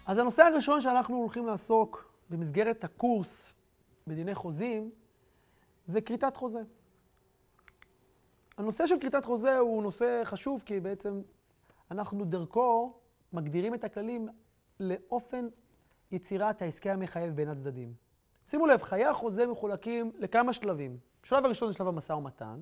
אז הנושא הראשון שאנחנו הולכים לעסוק במסגרת הקורס בדיני חוזים זה כריתת חוזה. הנושא של כריתת חוזה הוא נושא חשוב כי בעצם אנחנו דרכו מגדירים את הכללים לאופן יצירת העסקה המחייב בין הצדדים. שימו לב, חיי החוזה מחולקים לכמה שלבים. השלב הראשון זה שלב המשא ומתן,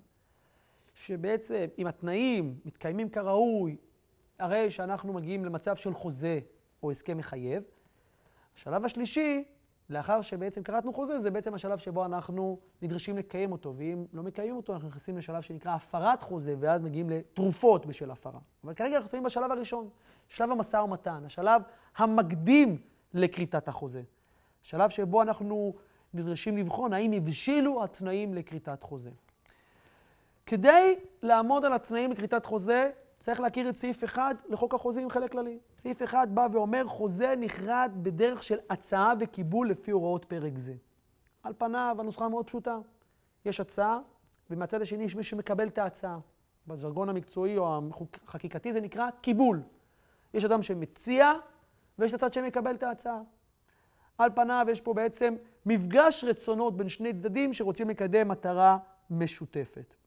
שבעצם אם התנאים מתקיימים כראוי, הרי שאנחנו מגיעים למצב של חוזה או הסכם מחייב. השלב השלישי, לאחר שבעצם קראתנו חוזה, זה בעצם השלב שבו אנחנו נדרשים לקיים אותו, ואם לא מקיימים אותו, אנחנו נכנסים לשלב שנקרא הפרת חוזה, ואז מגיעים לתרופות בשל הפרה. אבל כרגע אנחנו נמצאים בשלב הראשון, שלב המשא ומתן, השלב המקדים לכריתת החוזה. שלב שבו אנחנו נדרשים לבחון האם הבשילו התנאים לכריתת חוזה. כדי לעמוד על התנאים לכריתת חוזה, צריך להכיר את סעיף 1 לחוק החוזים חלק כללי. סעיף 1 בא ואומר, חוזה נכרת בדרך של הצעה וקיבול לפי הוראות פרק זה. על פניו, הנוסחה מאוד פשוטה. יש הצעה, ומהצד השני יש מי שמקבל את ההצעה. בז'רגון המקצועי או החקיקתי זה נקרא קיבול. יש אדם שמציע, ויש את הצד שמקבל את ההצעה. על פניו יש פה בעצם מפגש רצונות בין שני צדדים שרוצים לקדם מטרה משותפת.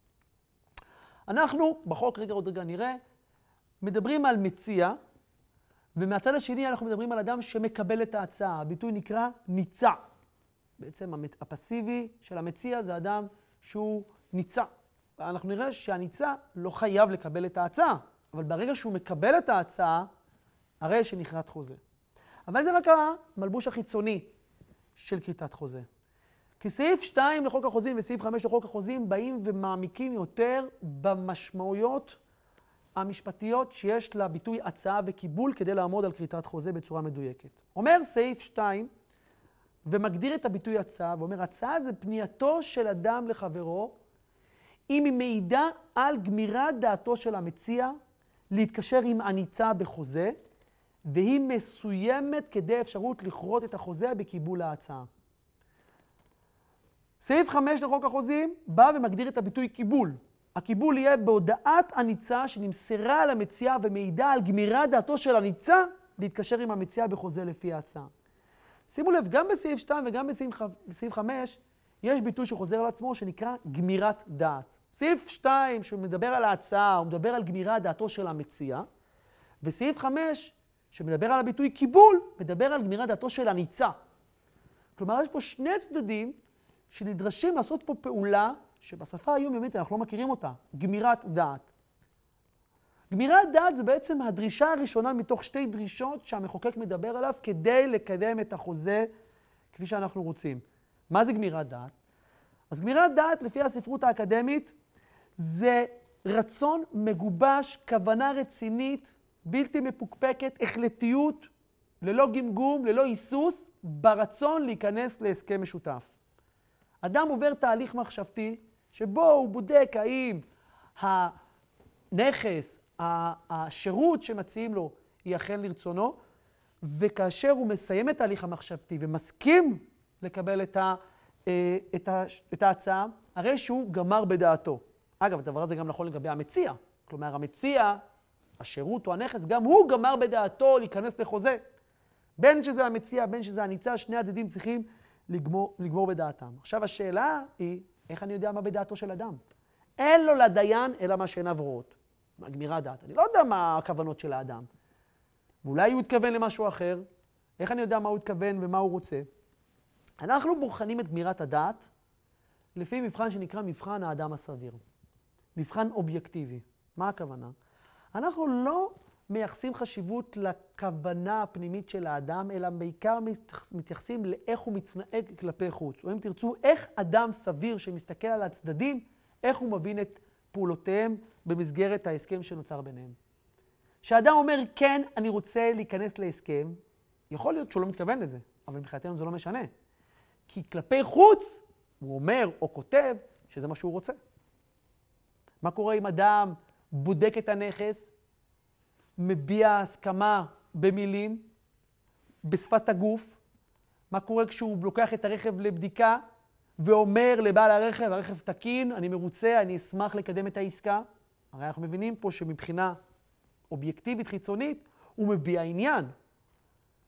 אנחנו, בחוק עוד רגע נראה, מדברים על מציע, ומהצד השני אנחנו מדברים על אדם שמקבל את ההצעה. הביטוי נקרא ניצע. בעצם הפסיבי של המציע זה אדם שהוא ניצע. אנחנו נראה שהניצע לא חייב לקבל את ההצעה, אבל ברגע שהוא מקבל את ההצעה, הרי שנכרת חוזה. אבל זה רק המלבוש החיצוני של כריתת חוזה. כי סעיף 2 לחוק החוזים וסעיף 5 לחוק החוזים באים ומעמיקים יותר במשמעויות המשפטיות שיש לביטוי הצעה וקיבול כדי לעמוד על כריתת חוזה בצורה מדויקת. אומר סעיף 2 ומגדיר את הביטוי הצעה ואומר הצעה זה פנייתו של אדם לחברו אם היא מעידה על גמירת דעתו של המציע להתקשר עם הניצע בחוזה והיא מסוימת כדי אפשרות לכרות את החוזה בקיבול ההצעה. סעיף 5 לחוק החוזים בא ומגדיר את הביטוי קיבול. הקיבול יהיה בהודעת הניצע שנמסרה על המציע ומעידה על גמירת דעתו של הניצע להתקשר עם המציע בחוזה לפי ההצעה. שימו לב, גם בסעיף 2 וגם בסעיף 5 יש ביטוי שחוזר על עצמו שנקרא גמירת דעת. סעיף 2 שמדבר על ההצעה, הוא מדבר על גמירת דעתו של המציע, וסעיף 5 שמדבר על הביטוי קיבול, מדבר על גמירת דעתו של הניצע. כלומר, יש פה שני צדדים שנדרשים לעשות פה פעולה שבשפה היומיומית אנחנו לא מכירים אותה, גמירת דעת. גמירת דעת זה בעצם הדרישה הראשונה מתוך שתי דרישות שהמחוקק מדבר עליו כדי לקדם את החוזה כפי שאנחנו רוצים. מה זה גמירת דעת? אז גמירת דעת לפי הספרות האקדמית זה רצון מגובש, כוונה רצינית, בלתי מפוקפקת, החלטיות, ללא גמגום, ללא היסוס, ברצון להיכנס להסכם משותף. אדם עובר תהליך מחשבתי שבו הוא בודק האם הנכס, השירות שמציעים לו היא אכן לרצונו, וכאשר הוא מסיים את תהליך המחשבתי ומסכים לקבל את ההצעה, הרי שהוא גמר בדעתו. אגב, הדבר הזה גם נכון לגבי המציע. כלומר, המציע, השירות או הנכס, גם הוא גמר בדעתו להיכנס לחוזה. בין שזה המציע, בין שזה הניצע, שני הצדדים צריכים לגמור בדעתם. עכשיו השאלה היא, איך אני יודע מה בדעתו של אדם? אין לו לדיין אלא מה שעיניו רואות. מה גמירת דעת? אני לא יודע מה הכוונות של האדם. ואולי הוא התכוון למשהו אחר. איך אני יודע מה הוא התכוון ומה הוא רוצה? אנחנו בוחנים את גמירת הדעת לפי מבחן שנקרא מבחן האדם הסביר. מבחן אובייקטיבי. מה הכוונה? אנחנו לא מייחסים חשיבות לכוונה הפנימית של האדם, אלא בעיקר מתייחסים לאיך הוא מתנהג כלפי חוץ. או אם תרצו, איך אדם סביר שמסתכל על הצדדים, איך הוא מבין את פעולותיהם במסגרת ההסכם שנוצר ביניהם. כשאדם אומר, כן, אני רוצה להיכנס להסכם, יכול להיות שהוא לא מתכוון לזה, אבל מבחינתנו זה לא משנה. כי כלפי חוץ, הוא אומר או כותב שזה מה שהוא רוצה. מה קורה אם אדם בודק את הנכס, מביע הסכמה במילים, בשפת הגוף? מה קורה כשהוא לוקח את הרכב לבדיקה ואומר לבעל הרכב, הרכב תקין, אני מרוצה, אני אשמח לקדם את העסקה? הרי אנחנו מבינים פה שמבחינה אובייקטיבית חיצונית הוא מביע עניין.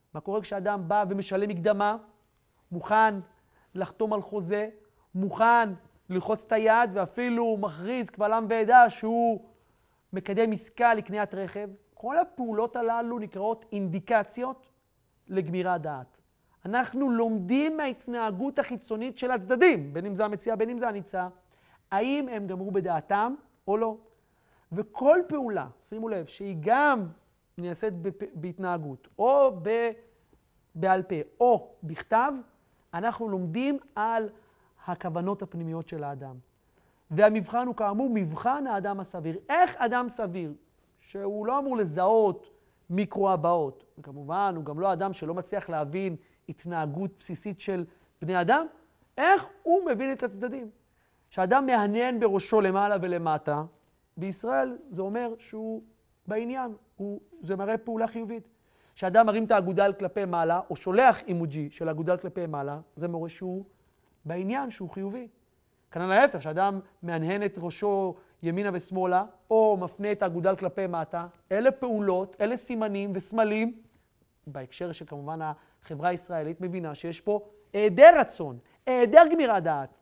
מה קורה כשאדם בא ומשלם מקדמה, מוכן לחתום על חוזה, מוכן ללחוץ את היד ואפילו מכריז קבל עם ועדה שהוא מקדם עסקה לקניית רכב. כל הפעולות הללו נקראות אינדיקציות לגמירת דעת. אנחנו לומדים מההתנהגות החיצונית של הצדדים, בין אם זה המציע, בין אם זה הניצע, האם הם גמרו בדעתם או לא. וכל פעולה, שימו לב, שהיא גם נעשית בהתנהגות, או בעל פה, או בכתב, אנחנו לומדים על הכוונות הפנימיות של האדם. והמבחן הוא כאמור מבחן האדם הסביר. איך אדם סביר, שהוא לא אמור לזהות מיקרו הבאות, וכמובן הוא גם לא אדם שלא מצליח להבין התנהגות בסיסית של בני אדם, איך הוא מבין את הצדדים. כשאדם מהנהן בראשו למעלה ולמטה, בישראל זה אומר שהוא בעניין, זה מראה פעולה חיובית. כשאדם מרים את האגודל כלפי מעלה, או שולח אימוג'י של האגודל כלפי מעלה, זה מראה שהוא בעניין, שהוא חיובי. כאן על ההפך, כשאדם מהנהן את ראשו ימינה ושמאלה, או מפנה את האגודל כלפי מטה, אלה פעולות, אלה סימנים וסמלים, בהקשר שכמובן החברה הישראלית מבינה שיש פה היעדר רצון, היעדר גמירת דעת.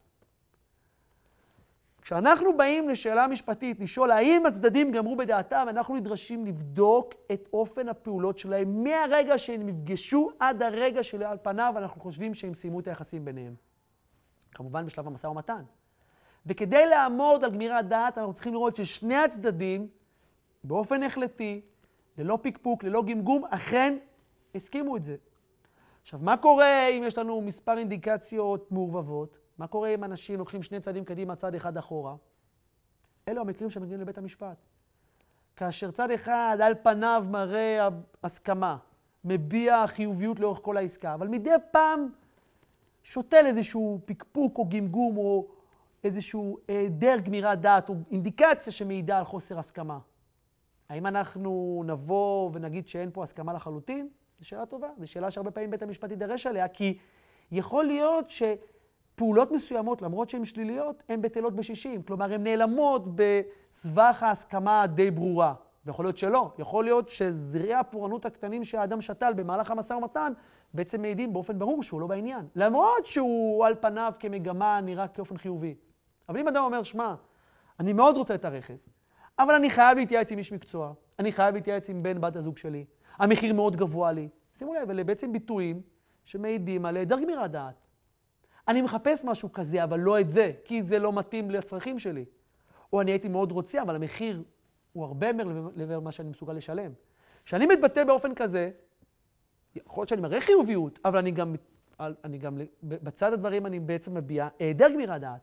כשאנחנו באים לשאלה משפטית, לשאול האם הצדדים גמרו בדעתם, אנחנו נדרשים לבדוק את אופן הפעולות שלהם מהרגע שהם נפגשו עד הרגע שעל פניו אנחנו חושבים שהם סיימו את היחסים ביניהם. כמובן בשלב המשא ומתן. וכדי לעמוד על גמירת דעת, אנחנו צריכים לראות ששני הצדדים, באופן החלטי, ללא פיקפוק, ללא גמגום, אכן הסכימו את זה. עכשיו, מה קורה אם יש לנו מספר אינדיקציות מעורבבות? מה קורה אם אנשים לוקחים שני צעדים קדימה, צד אחד אחורה? אלו המקרים שמגיעים לבית המשפט. כאשר צד אחד על פניו מראה הסכמה, מביע חיוביות לאורך כל העסקה, אבל מדי פעם שותל איזשהו פיקפוק או גמגום או איזשהו היעדר גמירת דעת או אינדיקציה שמעידה על חוסר הסכמה. האם אנחנו נבוא ונגיד שאין פה הסכמה לחלוטין? זו שאלה טובה. זו שאלה שהרבה פעמים בית המשפט יידרש עליה, כי יכול להיות שפעולות מסוימות, למרות שהן שליליות, הן בטלות בשישים. כלומר, הן נעלמות בסבך ההסכמה די ברורה. ויכול להיות שלא. יכול להיות שזרעי הפורענות הקטנים שהאדם שתל במהלך המשא ומתן, בעצם מעידים באופן ברור שהוא לא בעניין. למרות שהוא על פניו כמגמה נראה כאופן חיובי. אבל אם אדם אומר, שמע, אני מאוד רוצה את הרכב, אבל אני חייב להתייעץ עם איש מקצוע, אני חייב להתייעץ עם בן בת הזוג שלי, המחיר מאוד גבוה לי. שימו לב, אלה בעצם ביטויים שמעידים על היעדר גמירת דעת. אני מחפש משהו כזה, אבל לא את זה, כי זה לא מתאים לצרכים שלי. או אני הייתי מאוד רוצה, אבל המחיר הוא הרבה מעבר למה שאני מסוגל לשלם. כשאני מתבטא באופן כזה, יכול להיות שאני מראה חיוביות, אבל אני גם בצד הדברים אני בעצם מביע היעדר גמירת דעת.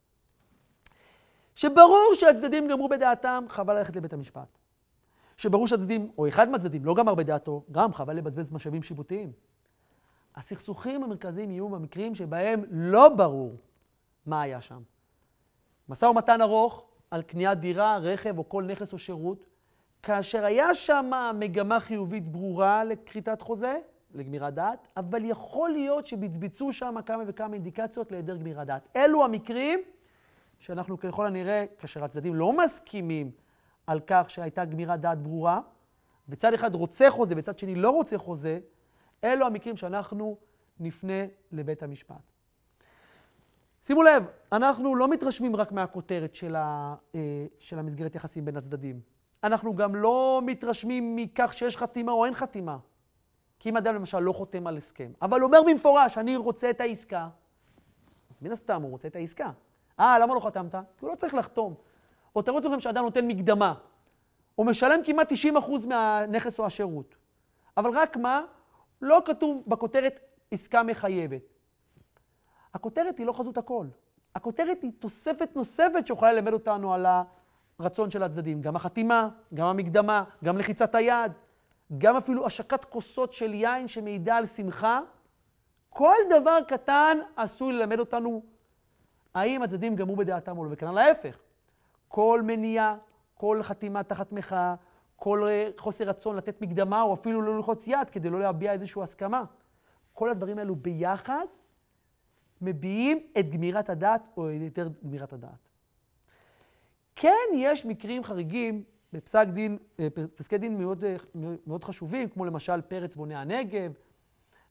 שברור שהצדדים גמרו בדעתם, חבל ללכת לבית המשפט. שברור שהצדדים, או אחד מהצדדים, לא גמר בדעתו, גם חבל לבזבז משאבים שיפוטיים. הסכסוכים המרכזיים יהיו במקרים שבהם לא ברור מה היה שם. משא ומתן ארוך על קניית דירה, רכב או כל נכס או שירות, כאשר היה שם מגמה חיובית ברורה לכריתת חוזה, לגמירת דעת, אבל יכול להיות שבצביצו שם כמה וכמה אינדיקציות להיעדר גמירת דעת. אלו המקרים שאנחנו ככל הנראה, כאשר הצדדים לא מסכימים על כך שהייתה גמירת דעת ברורה, וצד אחד רוצה חוזה וצד שני לא רוצה חוזה, אלו המקרים שאנחנו נפנה לבית המשפט. שימו לב, אנחנו לא מתרשמים רק מהכותרת של המסגרת יחסים בין הצדדים. אנחנו גם לא מתרשמים מכך שיש חתימה או אין חתימה. כי אם אדם למשל לא חותם על הסכם, אבל אומר במפורש, אני רוצה את העסקה, אז מן הסתם הוא רוצה את העסקה. למה לא חתמת? כי הוא לא צריך לחתום. או תראו לכם שאדם נותן מקדמה, הוא משלם כמעט 90% מהנכס או השירות. אבל רק מה? לא כתוב בכותרת עסקה מחייבת. הכותרת היא לא חזות הכל. הכותרת היא תוספת נוספת שיכולה ללמד אותנו על הרצון של הצדדים. גם החתימה, גם המקדמה, גם לחיצת היד, גם אפילו השקת כוסות של יין שמעידה על שמחה. כל דבר קטן עשוי ללמד אותנו האם הצדדים גמרו בדעתם או לא, וכנ"ל להפך. כל מניעה, כל חתימה תחת מחאה, כל חוסר רצון לתת מקדמה או אפילו לא ללחוץ יד כדי לא להביע איזושהי הסכמה. כל הדברים האלו ביחד מביעים את גמירת הדעת או יותר גמירת הדעת. כן, יש מקרים חריגים בפסקי דין מאוד, מאוד חשובים, כמו למשל פרץ בונה הנגב,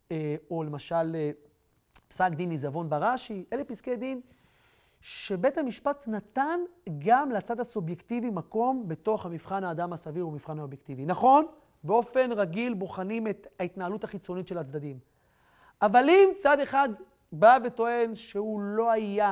או למשל פסק דין עיזבון ברש"י, אלה פסקי דין שבית המשפט נתן גם לצד הסובייקטיבי מקום בתוך המבחן האדם הסביר ומבחן האובייקטיבי. נכון, באופן רגיל בוחנים את ההתנהלות החיצונית של הצדדים. אבל אם צד אחד בא וטוען שהוא לא היה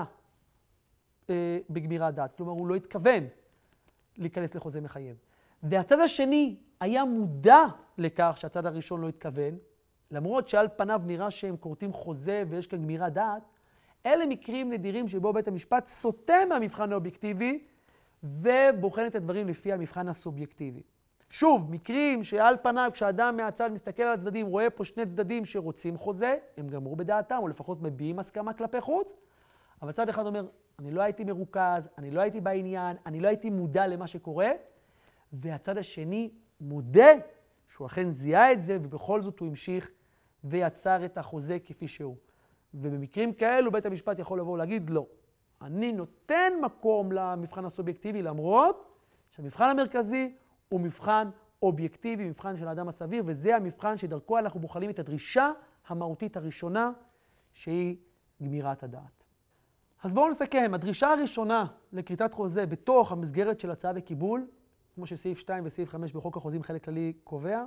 בגמירת דעת, כלומר הוא לא התכוון להיכנס לחוזה מחייב, והצד השני היה מודע לכך שהצד הראשון לא התכוון, למרות שעל פניו נראה שהם כורתים חוזה ויש כאן גמירת דעת, אלה מקרים נדירים שבו בית המשפט סוטה מהמבחן האובייקטיבי ובוחן את הדברים לפי המבחן הסובייקטיבי. שוב, מקרים שעל פניו כשאדם מהצד מסתכל על הצדדים, רואה פה שני צדדים שרוצים חוזה, הם גמרו בדעתם או לפחות מביעים הסכמה כלפי חוץ, אבל צד אחד אומר, אני לא הייתי מרוכז, אני לא הייתי בעניין, אני לא הייתי מודע למה שקורה, והצד השני מודה שהוא אכן זיהה את זה ובכל זאת הוא המשיך ויצר את החוזה כפי שהוא. ובמקרים כאלו בית המשפט יכול לבוא ולהגיד, לא, אני נותן מקום למבחן הסובייקטיבי, למרות שהמבחן המרכזי הוא מבחן אובייקטיבי, מבחן של האדם הסביר, וזה המבחן שדרכו אנחנו בוחנים את הדרישה המהותית הראשונה, שהיא גמירת הדעת. אז בואו נסכם, הדרישה הראשונה לכריתת חוזה בתוך המסגרת של הצעה וקיבול, כמו שסעיף 2 וסעיף 5 בחוק החוזים חלק כללי קובע,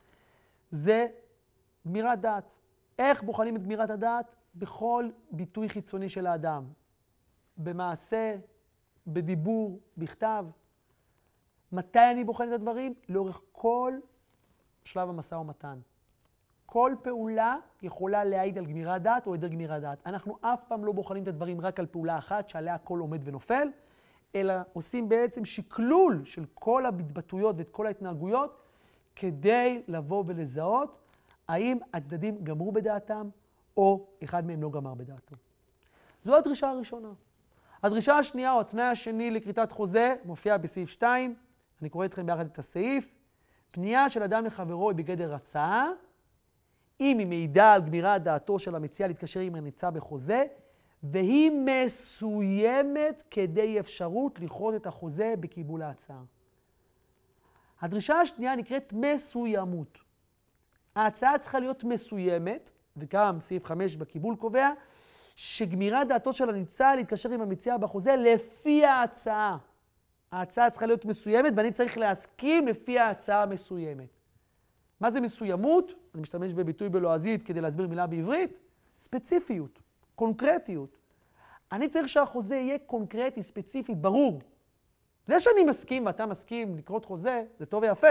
זה גמירת דעת. איך בוחנים את גמירת הדעת? בכל ביטוי חיצוני של האדם. במעשה, בדיבור, בכתב. מתי אני בוחן את הדברים? לאורך כל שלב המשא ומתן. כל פעולה יכולה להעיד על גמירת דעת או היעדר גמירת דעת. אנחנו אף פעם לא בוחנים את הדברים רק על פעולה אחת שעליה הכל עומד ונופל, אלא עושים בעצם שקלול של כל ההתבטאויות ואת כל ההתנהגויות כדי לבוא ולזהות האם הצדדים גמרו בדעתם או אחד מהם לא גמר בדעתו. זו הדרישה הראשונה. הדרישה השנייה או התנאי השני לכריתת חוזה מופיע בסעיף 2. אני קורא אתכם ביחד את הסעיף. פנייה של אדם לחברו היא בגדר הצעה, אם היא מעידה על גמירת דעתו של המציע להתקשר עם הנמצא בחוזה, והיא מסוימת כדי אפשרות לכרות את החוזה בקיבול ההצעה. הדרישה השנייה נקראת מסוימות. ההצעה צריכה להיות מסוימת, וגם סעיף 5 בקיבול קובע, שגמירת דעתו של הנמצא להתקשר עם המציע בחוזה לפי ההצעה. ההצעה צריכה להיות מסוימת, ואני צריך להסכים לפי ההצעה המסוימת. מה זה מסוימות? אני משתמש בביטוי בלועזית כדי להסביר מילה בעברית. ספציפיות, קונקרטיות. אני צריך שהחוזה יהיה קונקרטי, ספציפי, ברור. זה שאני מסכים ואתה מסכים לקרות חוזה, זה טוב ויפה.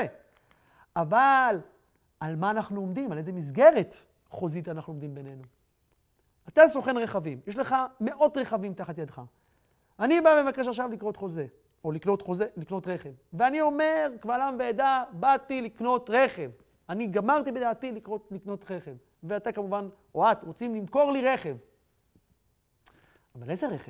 אבל על מה אנחנו עומדים? על איזה מסגרת חוזית אנחנו עומדים בינינו? אתה סוכן רכבים, יש לך מאות רכבים תחת ידך. אני בא ומבקש עכשיו לקרות חוזה, או לקנות רכב. ואני אומר, קבל עם ועדה, באתי לקנות רכב. אני גמרתי בדעתי לקנות רכב. ואתה כמובן, או את, רוצים למכור לי רכב. אבל איזה רכב?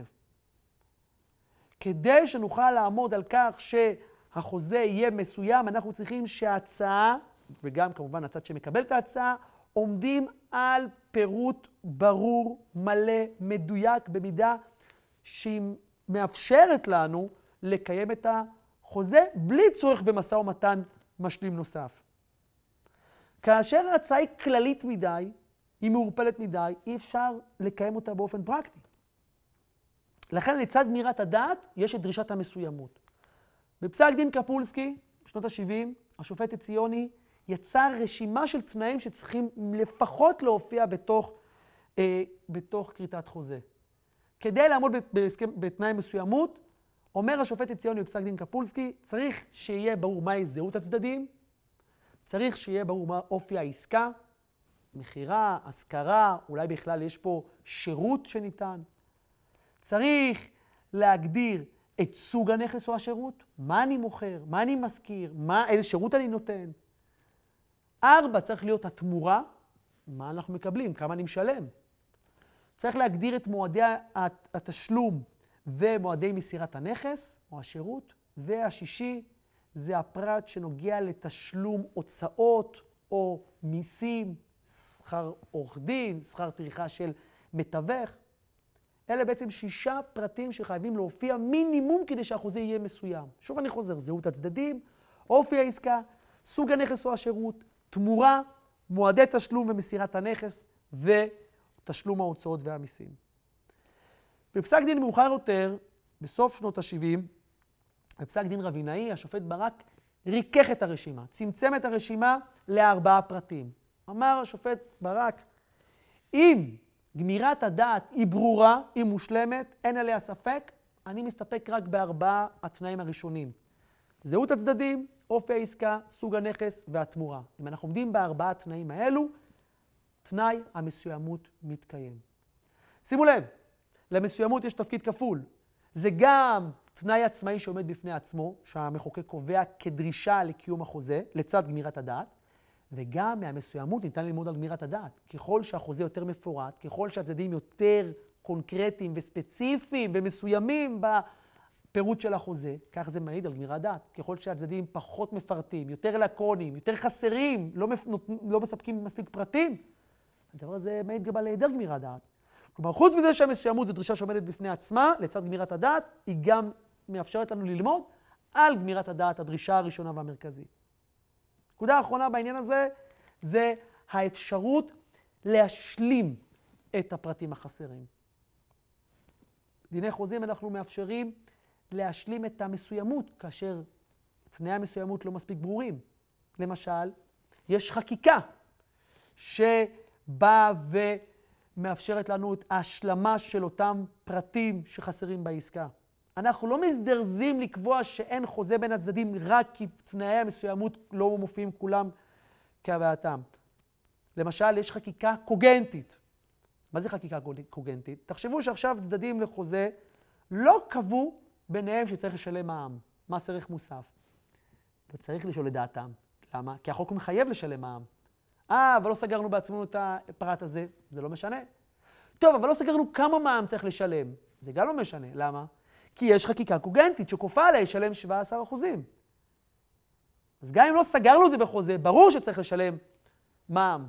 כדי שנוכל לעמוד על כך שהחוזה יהיה מסוים, אנחנו צריכים שההצעה, וגם כמובן הצד שמקבל את ההצעה, עומדים על פירוט ברור, מלא, מדויק, במידה שהיא מאפשרת לנו לקיים את החוזה בלי צורך במשא ומתן משלים נוסף. כאשר ההצעה היא כללית מדי, היא מעורפלת מדי, אי אפשר לקיים אותה באופן פרקטי. לכן לצד גמירת הדעת יש את דרישת המסוימות. בפסק דין קפולסקי, בשנות ה-70, השופט עציוני יצר רשימה של תנאים שצריכים לפחות להופיע בתוך כריתת חוזה. כדי לעמוד בתנאי מסוימות, אומר השופט עציוני בפסק דין קפולסקי, צריך שיהיה ברור מהי זהות הצדדים, צריך שיהיה ברור מה אופי העסקה, מחירה, השכרה, אולי בכלל יש פה שירות שניתן. צריך להגדיר את סוג הנכס או השירות, מה אני מוכר, מה אני מזכיר, איזה שירות אני נותן. 4, צריך להיות התמורה, מה אנחנו מקבלים, כמה אני משלם. צריך להגדיר את מועדי התשלום ומועדי מסירת הנכס או השירות. והשישי זה הפרט שנוגע לתשלום הוצאות או מיסים, שכר עורך דין, שכר טרחה של מתווך. אלה בעצם 6 פרטים שחייבים להופיע מינימום כדי שהחוזה יהיה מסוים. שוב אני חוזר, זהות הצדדים, אופי העסקה, סוג הנכס או השירות, תמורה מועדי תשלום ומסירת הנכס ותשלום ההוצאות והמיסים. בפסק דין מאוחר יותר, בסוף שנות ה-70, בפסק דין רבינאי, השופט ברק ריכך את הרשימה, צמצם את הרשימה ל4 פרטים. אמר השופט ברק, אם גמירת הדעת היא ברורה, היא מושלמת, אין עליה ספק, אני מסתפק רק ב4 התנאים הראשונים. זהות הצדדים, אופי העסקה, סוג הנכס והתמורה. אם אנחנו עומדים ב4 התנאים האלו, תנאי המסוימות מתקיים. שימו לב, למסוימות יש תפקיד כפול. זה גם תנאי עצמאי שעומד בפני עצמו, שהמחוקק קובע כדרישה לקיום החוזה, לצד גמירת הדעת, וגם מהמסוימות ניתן ללמוד על גמירת הדעת. ככל שהחוזה יותר מפורט, ככל שהצדדים יותר קונקרטיים וספציפיים ומסוימים בפירוט של החוזה, כך זה מעיד על גמירת דעת. ככל שהצדדים פחות מפרטים, יותר לקוניים, יותר חסרים, לא מספקים מספיק פרטים, הדבר הזה מעיד גם על היעדר גמירת דעת. כלומר, חוץ מזה שהמסוימות זו דרישה שעומדת בפני עצמה, לצד גמירת הדעת, היא גם מאפשרת לנו ללמוד על גמירת הדעת, הדרישה הראשונה והמרכזית. נקודה האחרונה בעניין הזה, זה האפשרות להשלים את הפרטים החסרים. דיני חוזים אנחנו מאפשרים להשלים את המסוימות, כאשר תנאי המסוימות לא מספיק ברורים. למשל, יש חקיקה שבאה ומאפשרת לנו את ההשלמה של אותם פרטים שחסרים בעסקה. אנחנו לא מזדרזים לקבוע שאין חוזה בין הצדדים רק כי תנאי המסוימות לא מופיעים כולם כהווייתם. למשל, יש חקיקה קוגנטית. מה זה חקיקה קוגנטית? תחשבו שעכשיו צדדים לחוזה לא קבעו ביניהם שצריך לשלם מע"מ, מס ערך מוסף. לא צריך לשאול את דעתם. למה? כי החוק מחייב לשלם מע"מ. אבל לא סגרנו בעצמנו את הפרט הזה, זה לא משנה. טוב, אבל לא סגרנו כמה מע"מ צריך לשלם. זה גם לא משנה. למה? כי יש חקיקה קוגנטית שכופה עליה לשלם 17%. אז גם אם לא סגרנו את זה בחוזה, ברור שצריך לשלם מע"מ.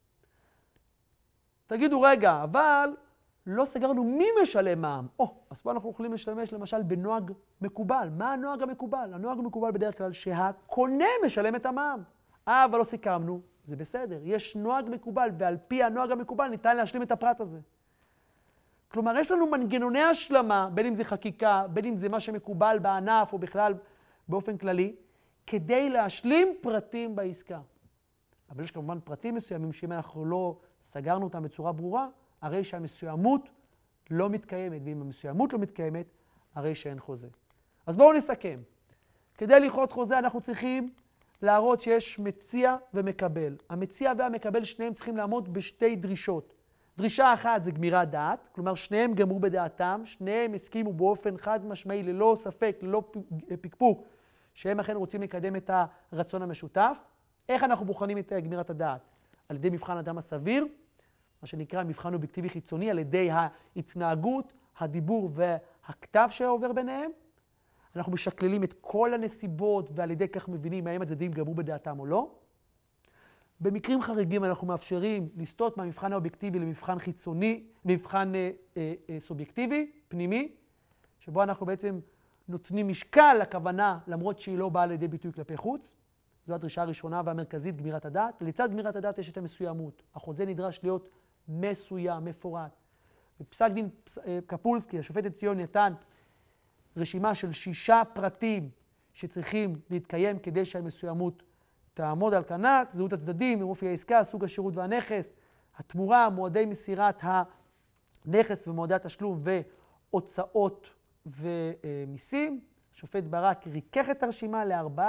תגידו רגע, אבל לא סגרנו מי משלם מע"מ. אז פה אנחנו יכולים להשתמש למשל בנוהג מקובל. מה הנוהג המקובל? הנוהג המקובל בדרך כלל שהקונה משלם את המע"מ. אבל לא סיכמנו, זה בסדר. יש נוהג מקובל, ועל פי הנוהג המקובל ניתן להשלים את הפרט הזה. כלומר, יש לנו מנגנוני השלמה, בין אם זה חקיקה, בין אם זה מה שמקובל בענף או בכלל באופן כללי, כדי להשלים פרטים בעסקה. אבל יש כמובן פרטים מסוימים שאם אנחנו לא סגרנו אותם בצורה ברורה, הרי שהמסוימות לא מתקיימת, ואם המסוימות לא מתקיימת, הרי שאין חוזה. אז בואו נסכם. כדי לכרות חוזה אנחנו צריכים להראות שיש מציע ומקבל. המציע והמקבל שניהם צריכים לעמוד בשתי דרישות. דרישה אחת זה גמירת דעת, כלומר שניהם גמרו בדעתם, שניהם הסכימו באופן חד משמעי, ללא ספק, ללא פקפוק, שהם אכן רוצים לקדם את הרצון המשותף. איך אנחנו בוחנים את גמירת הדעת? על ידי מבחן אדם הסביר, מה שנקרא מבחן אובייקטיבי חיצוני, על ידי ההתנהגות, הדיבור והכתב שעובר ביניהם. אנחנו משקללים את כל הנסיבות ועל ידי כך מבינים האם הצדדים גמרו בדעתם או לא. במקרים חריגים אנחנו מאפשרים לסטות מהמבחן האובייקטיבי למבחן חיצוני, מבחן סובייקטיבי, פנימי, שבו אנחנו בעצם נותנים משקל לכוונה למרות שהיא לא באה לידי ביטוי כלפי חוץ. זו הדרישה הראשונה והמרכזית, גמירת הדעת. ולצד גמירת הדעת יש את המסוימות. החוזה נדרש להיות מסוים, מפורט. בפסק דין קפולסקי, השופט ציון נתן רשימה של 6 פרטים שצריכים להתקיים כדי שהמסוימות תעמוד על כנה, זהות הצדדים, אופי העסקה, סוג השירות והנכס, התמורה, מועדי מסירת הנכס ומועדי התשלום והוצאות ומיסים. השופט ברק ריכך את הרשימה ל4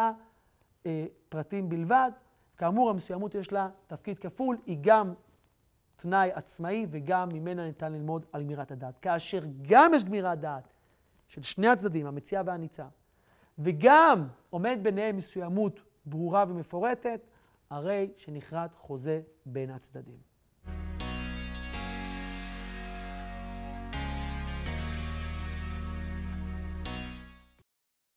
פרטים בלבד. כאמור, המסוימות יש לה תפקיד כפול, היא גם תנאי עצמאי וגם ממנה ניתן ללמוד על גמירת הדעת. כאשר גם יש גמירת דעת של שני הצדדים, המציע והניצע, וגם עומד ביניהם מסוימות ברורה ומפורטת, הרי שנכרת חוזה בין הצדדים.